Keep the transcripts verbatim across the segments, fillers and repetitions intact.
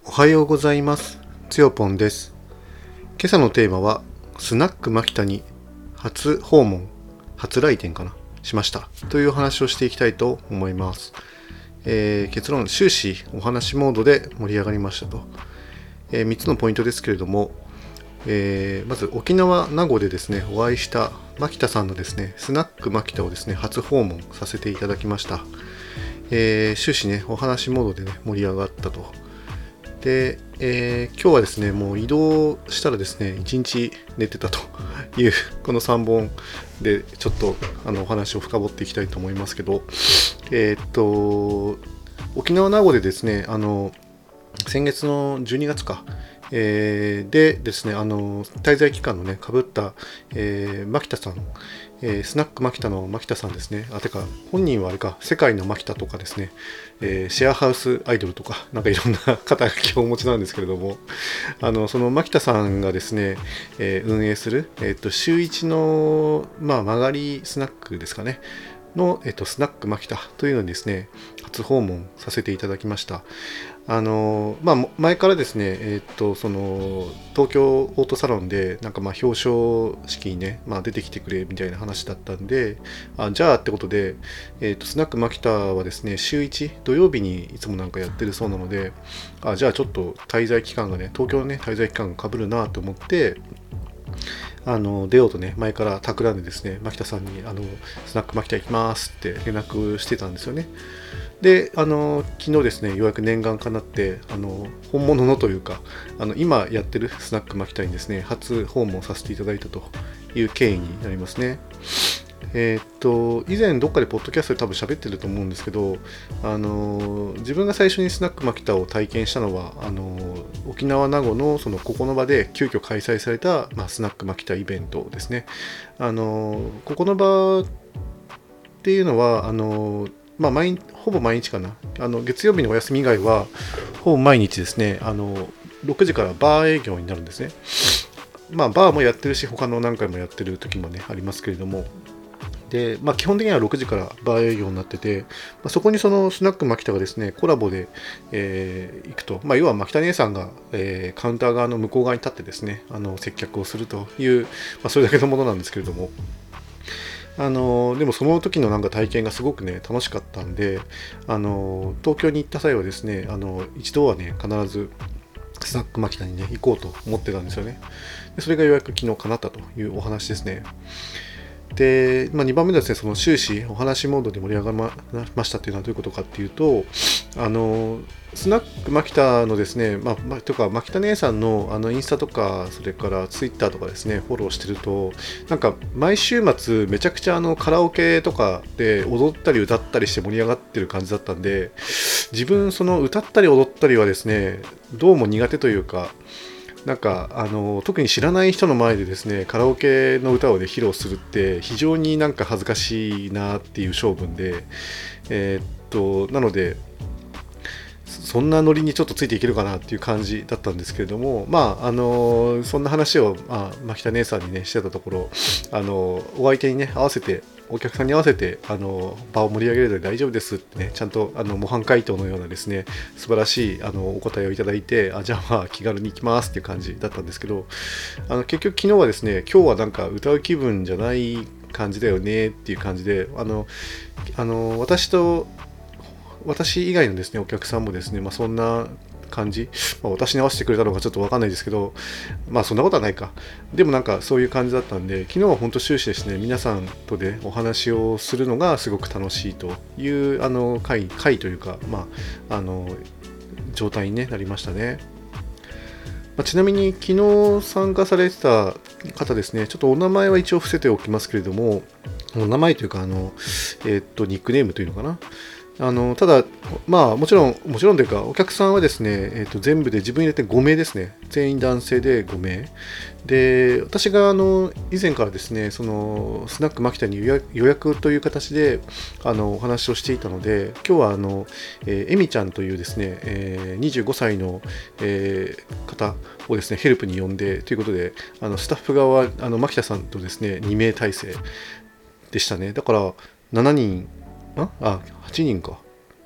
おはようございます。つよぽんです。今朝のテーマはスナックマキタに初訪問、初来店かなしましたというお話をしていきたいと思います。えー、結論、終始お話モードで盛り上がりましたと。えー、みっつのポイントですけれども、えー、まず沖縄名護でですねお会いしたマキタさんのですねスナックマキタをですね初訪問させていただきました。えー、終始ねお話モードでね盛り上がったと。で、えー今日はですねもう移動したらですねいちにち寝てたというこのさんぼんでちょっとあのお話を深掘っていきたいと思いますけど、えーっと沖縄名護でですねあの先月のじゅうにがつか、えーでですねあの滞在期間のねかぶった、えー、牧田さん、えースナックマキタの牧田さんですね。あ、てか本人はあれか、世界のマキタとかですね、えーシェアハウスアイドルとかなんかいろんな肩書きをお持ちなんですけれども、あのその牧田さんがですね、えー運営する、えー、と週いちの、まあ、曲がりスナックですかねの、えー、とスナックマキタというのにですね初訪問させていただきました。あのまあ、前からですね、えー、とその東京オートサロンでなんかまあ表彰式にね、まあ、出てきてくれみたいな話だったんで、あじゃあってことで、えー、とスナックマキタはですね週いち土曜日にいつもなんかやってるそうなので、あじゃあちょっと滞在期間がね東京のね滞在期間がかぶるなと思って、あの出ようとね前から企んでですね牧田さんにあのスナックマキタ行きますって連絡してたんですよね。であの昨日ですねようやく念願かなってあの本物のというかあの今やってるスナックマキタにですね初訪問させていただいたという経緯になりますね。えーっと以前どっかでポッドキャストで多分喋ってると思うんですけど、あの自分が最初にスナックマキタを体験したのはあの沖縄名護のそのここの場で急遽開催された、まあ、スナックマキタイベントですね。あのここの場っていうのはあのまあ、毎ほぼ毎日かなあの月曜日のお休み以外はほぼ毎日ですねあのろくじからバー営業になるんですね。まあバーもやってるし他の何回もやってる時もねありますけれども、で、まあ、基本的にはろくじからバー営業になってて、まあ、そこにそのスナックマキタがですねコラボで、えー行くと、まあ、要はマキタ姉さんが、えーカウンター側の向こう側に立ってですねあの接客をするという、まあ、それだけのものなんですけれども、あのでもその時のなんか体験がすごくね楽しかったんで、あの東京に行った際はですねあの一度はね必ずスナックマキタにね行こうと思ってたんですよね。でそれがようやく昨日叶ったというお話ですね。で、まあ、にばんめですね、その終始お話モードで盛り上がりまましたっていうのはどういうことかっていうと、あのスナックマキタのですね、まあ、まとかマキタ姉さんのあのインスタとか、それからツイッターとかですね、フォローしてると、なんか毎週末めちゃくちゃあのカラオケとかで踊ったり歌ったりして盛り上がってる感じだったんで、自分その歌ったり踊ったりはですね、どうも苦手というか、なんかあの特に知らない人の前でですねカラオケの歌を、ね、披露するって非常になんか恥ずかしいなっていう性分で、えーっとなのでそんなノリにちょっとついていけるかなっていう感じだったんですけれども、まああのそんな話を、まあ、牧田姉さんにねしてたところ、あのお相手にね合わせてお客さんに合わせてあの場を盛り上げるので大丈夫ですってねちゃんとあの模範解答のようなですね素晴らしいあのお答えをいただいて、あじゃあまあ気軽に行きますっていう感じだったんですけど、あの結局昨日はですね今日はなんか歌う気分じゃない感じだよねっていう感じで、あのあの私と私以外のですねお客さんもですね、まあ、そんな感じ、まあ、私に合わせてくれたのかちょっと分かんないですけど、まあそんなことはないか。でもなんかそういう感じだったんで、昨日は本当終始ですね皆さんとでお話をするのがすごく楽しいというあの会会というか、まああの状態に、ね、なりましたね。まあ、ちなみに昨日参加されてた方ですね、ちょっとお名前は一応伏せておきますけれども、お名前というかあの、えーっとニックネームというのかな、あのただ、まあ、もちろん、もちろんというか、お客さんはですね、えーと全部で自分入れてごめいですね。全員男性でごめい。で、私があの以前からですね、そのスナックマキタに予約予約という形であのお話をしていたので、今日はあの、えー、エミちゃんというですね、えーにじゅうごさいの、えー方をですね、ヘルプに呼んでということで、あのスタッフ側はあのマキタさんとですね、にめい体制でしたね。だから、しちにん、ああはちにんか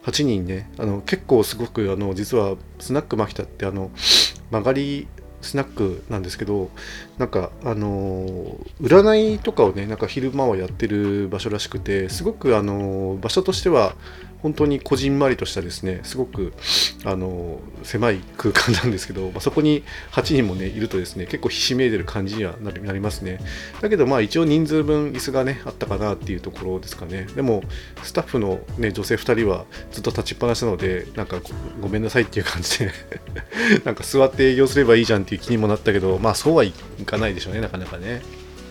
はちにんね、あの結構すごくあの実はスナックマキタってあの曲がりスナックなんですけど、なんかあの占いとかをねなんか昼間はやってる場所らしくて、すごくあの場所としては本当にこじんまりとしたですね、すごくあの狭い空間なんですけど、まあ、そこにはちにんもねいるとですね結構ひしめいでる感じにはなりなりますね。だけどまあ一応人数分椅子がねあったかなっていうところですかね。でもスタッフの、ね、女性ふたりはずっと立ちっぱなしなので、なんか ご, ごめんなさいっていう感じでなんか座って営業すればいいじゃんっていう気にもなったけど、まあそうはいかないでしょうね、なかなかね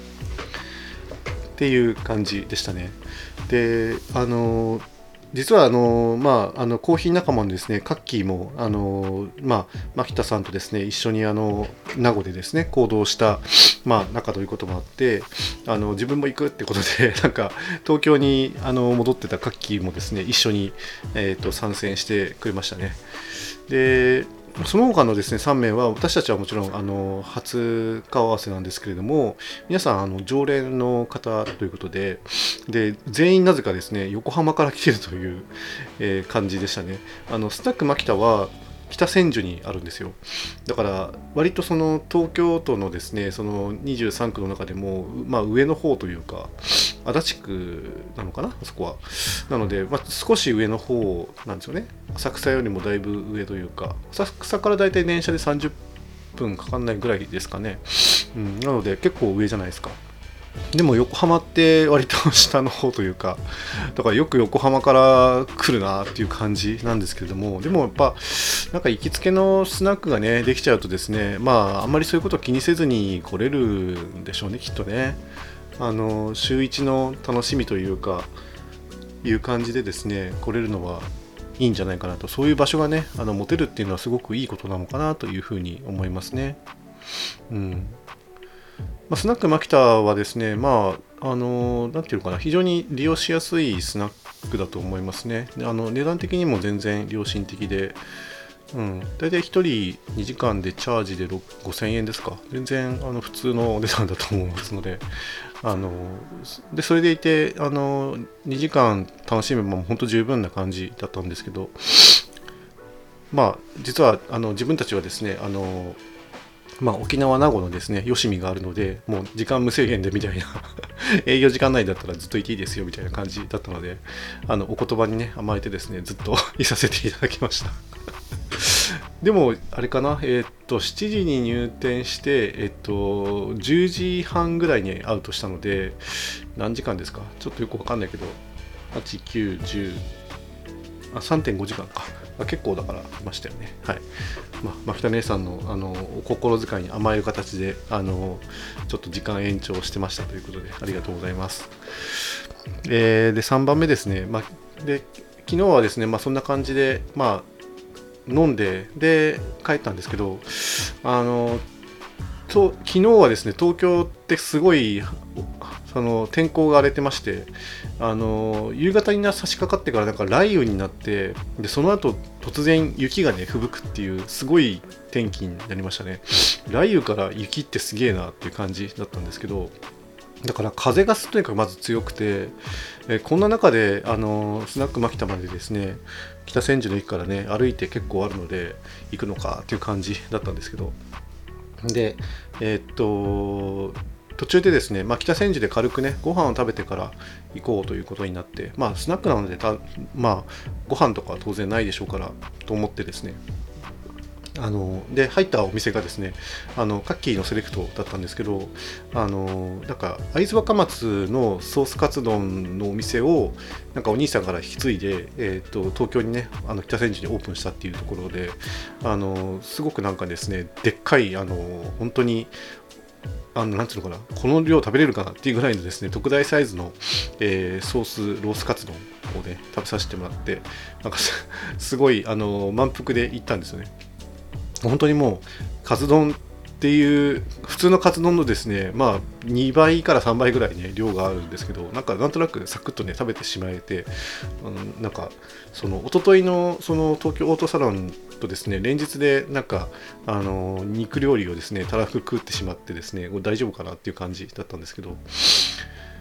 っていう感じでしたね。であの実はあの、まあ、あのコーヒー仲間のですねカッキーもあの、まあ、牧田さんとですね一緒にあの名護でですね行動した、まあ、仲ということもあって、あの自分も行くってことでなんか東京にあの戻ってたカッキーもですね一緒に、えーと、参戦してくれましたね。でその他のですねさんめいは、私たちはもちろんあの初顔合わせなんですけれども、皆さんあの常連の方ということで、で全員なぜかですね横浜から来てるという、えー感じでしたね。あのスナックマキタは北千住にあるんですよ。だから割とその東京都のですねそのにじゅうさんくの中でも、まあ、上の方というか足立区なのかな、あそこは。なので、まあ、少し上の方なんですよね。浅草よりもだいぶ上というか、浅草からだいたい電車でさんじゅっぷんかかんないぐらいですかね。うん、なので結構上じゃないですか。でも横浜って割と下の方というか、だからよく横浜から来るなっていう感じなんですけれども、でもやっぱなんか行きつけのスナックがねできちゃうとですね、まああんまりそういうことを気にせずに来れるんでしょうね、きっとね。あの週一の楽しみというかいう感じでですね来れるのはいいんじゃないかなと、そういう場所がねあの持てるっていうのはすごくいいことなのかなというふうに思いますね。うんまあ、スナックマキタはですね、まあ、あの、なんていうのかな、非常に利用しやすいスナックだと思いますね。であの値段的にも全然良心的で、うん、大体ひとりにじかんでチャージでごせんえんですか。全然あの普通のお値段だと思いますので、あのでそれでいてあのにじかん楽しめば本当十分な感じだったんですけど、まあ実はあの自分たちはですねあのまあ、沖縄名護のですね、よしみがあるので、もう時間無制限でみたいな営業時間内だったらずっといていいですよみたいな感じだったので、あのお言葉にね甘えてですねずっといさせていただきましたでもあれかな、えーっとしちじに入店して、えーっとじゅうじはんぐらいにアウトしたので、何時間ですかちょっとよくわかんないけど、はち、きゅう、じゅう、あ さんてんごじかんか、あ結構だからいましたよね。はい。まあ、牧田姉さんのあのお心遣いに甘える形であのちょっと時間延長してましたということでありがとうございます。えー、でさんばんめですね、まあ、で昨日はですね、まあ、そんな感じで、まあ、飲んでで帰ったんですけど、あのと昨日はですね東京ってすごいその天候が荒れてまして、あの夕方に差し掛かってからなんか雷雨になって、でその後突然雪がね吹雪くっていうすごい天気になりましたね。雷雨から雪ってすげえなっていう感じだったんですけど、だから風がとにかくまず強くて、えこんな中であのスナックマキタまでですね北千住の駅からね歩いて結構あるので行くのかっていう感じだったんですけど、でえーっと途中でですね、まあ、北千住で軽くねご飯を食べてから行こうということになって、まあスナックなのでた、まあ、ご飯とかは当然ないでしょうからと思ってですね、あので入ったお店がですねあのカッキーのセレクトだったんですけど、あのなんか会津若松のソースカツ丼のお店をなんかお兄さんから引き継いで、えー、と東京にねあの北千住にオープンしたっていうところで、あのすごくなんかですねでっかいあの本当にあのなんていうのかな、この量食べれるかなっていうぐらいのですね特大サイズの、えーソースロースカツ丼をね食べさせてもらって、なんか す, すごいあの満腹で行ったんですよね。本当にもうカツ丼っていう普通のカツ丼のですねまあにばいからさんばいぐらいね量があるんですけど、なんかなんとなくサクッとね食べてしまえて、あのなんかその一昨日のその東京オートサロンとですね連日でなんかあの肉料理をですねたらふく食ってしまってですね大丈夫かなっていう感じだったんですけど、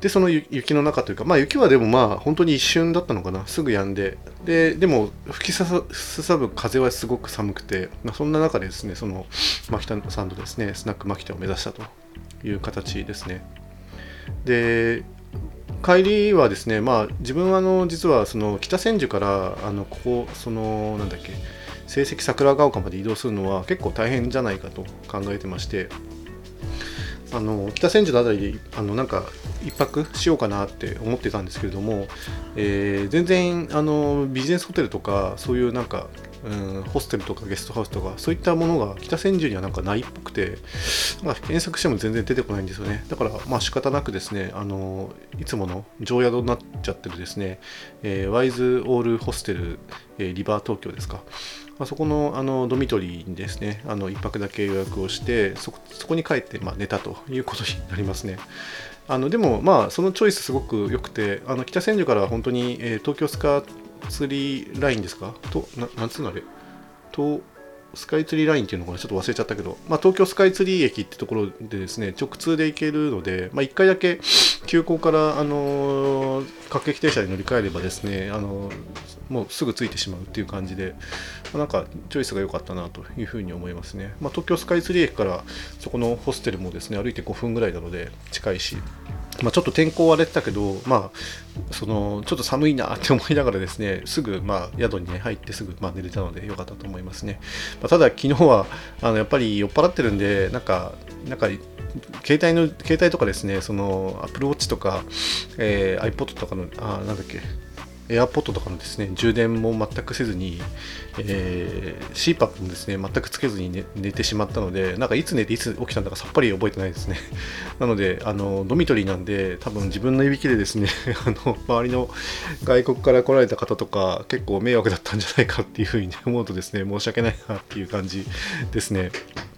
でその雪の中というか、まあ雪はでもまあ本当に一瞬だったのかな、すぐ止んで、ででも吹きすさぶ風はすごく寒くて、まあ、そんな中でですね、その牧田さんとですねスナック牧田を目指したという形ですね。で帰りはですね、まあ自分はあの実はその北千住からあのここそのなんだっけ成績桜ヶ丘まで移動するのは結構大変じゃないかと考えてまして、あの北千住のあたりであのなんか一泊しようかなって思ってたんですけれども、えー、全然あのビジネスホテルとかそういうなんか、うん、ホステルとかゲストハウスとかそういったものが北千住にはなんかないっぽくて、まあ、検索しても全然出てこないんですよね。だからまあ仕方なくですね、あのいつもの常宿になっちゃってるですね、えー、ワイズオールホステル、えー、リバー東京ですか、まあ、そこのあのドミトリーにですね、あのいっぱくだけ予約をして、そこ、そこに帰ってまあ寝たということになりますね。あのでもまあそのチョイスすごく良くて、あの北千住から本当に、えー、東京スカイツリーラインですかと、ななんつうのあれとスカイツリーラインっていうのかな、ちょっと忘れちゃったけど、まあ、東京スカイツリー駅ってところでですね直通で行けるので、まあ、いっかいだけ急行から、あのー、各駅停車に乗り換えればですね、あのー、もうすぐ着いてしまうっていう感じで、まあ、なんかチョイスが良かったなというふうに思いますね。まあ、東京スカイツリー駅からそこのホステルもですね歩いてごふんぐらいなので近いし、まあ、ちょっと天候は荒れてたけど、まあ、そのちょっと寒いなって思いながらですね、すぐまあ宿に、ね、入ってすぐまあ寝れたので良かったと思いますね。まあ、ただ昨日はあのやっぱり酔っ払ってるんで、なんかなんか携帯の携帯とかですね、その Apple Watch とか、えー、iPod とかのあなんだっけAirPod とかのですね充電も全くせずに、えー、シーパップ もですね全くつけずに、ね、寝てしまったので、なんかいつ寝ていつ起きたんだかさっぱり覚えてないですね。なのであのドミトリーなんで、多分自分のいびきでですねあの周りの外国から来られた方とか結構迷惑だったんじゃないかっていうふうに、ね、思うとですね申し訳ないなっていう感じですね。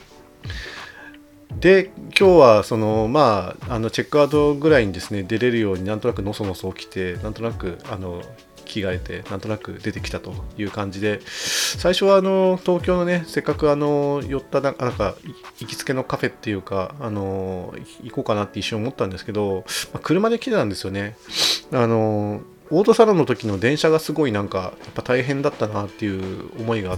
で今日はその、まあ、あのチェックアウトぐらいにですね出れるようになんとなくのそのそ起きて、なんとなくあの着替えてなんとなく出てきたという感じで、最初はあの東京のねせっかくあの寄ったな、なんか行きつけのカフェっていうか、あの行こうかなって一瞬思ったんですけど、まあ、車で来てたんですよね。あのオートサロンの時の電車がすごいなんかやっぱ大変だったなっていう思いがあって、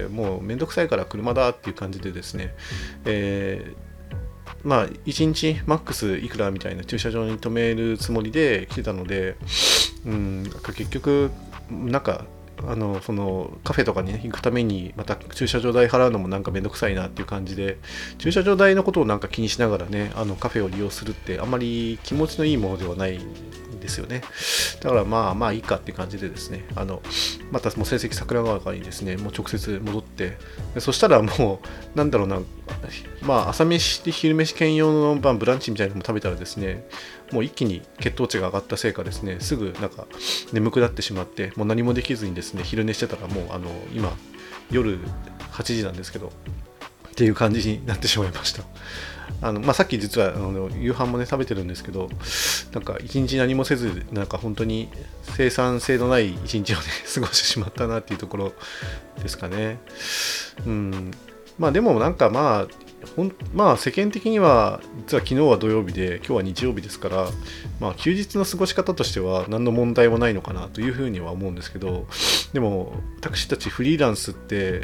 もうめんどくさいから車だっていう感じでですね、えーまあ、いちにちマックスいくらみたいな駐車場に止めるつもりで来てたので、うん、なんか結局なんかあのそのカフェとかに、ね、行くためにまた駐車場代払うのもなんかめんどくさいなっていう感じで、駐車場代のことをなんか気にしながらね、あのカフェを利用するってあんまり気持ちのいいものではないんですよね。だからまあまあいいかっていう感じでですね、あのまたもう成績桜川からにですねもう直接戻って、でそしたらもうなんだろうな、まあ朝飯で昼飯兼用の、まあ、ブランチみたいなのも食べたらですね、もう一気に血糖値が上がったせいかですね、すぐなんか眠くなってしまって、もう何もできずにですね昼寝してたら、もうあの今夜はちじなんですけどっていう感じになってしまいました。あのまあ、さっき実はあの夕飯もね食べてるんですけど、なんか一日何もせず、なんか本当に生産性のない一日をね過ごしてしまったなっていうところですかね。うん、まあでもなんかまあほんまあ世間的には実は昨日は土曜日で今日は日曜日ですから、まあ、休日の過ごし方としては何の問題もないのかなというふうには思うんですけど、でも私たちフリーランスって、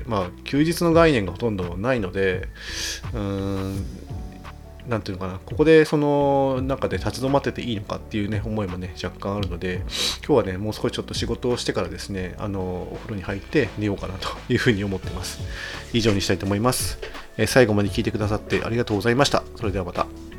まあ、休日の概念がほとんどないので、うーんなんていうのかな、ここでその中で立ち止まってていいのかっていうね思いもね若干あるので、今日はねもう少しちょっと仕事をしてからですね、あのお風呂に入って寝ようかなというふうに思ってます。以上にしたいと思います。えー、最後まで聞いてくださってありがとうございました。それではまた。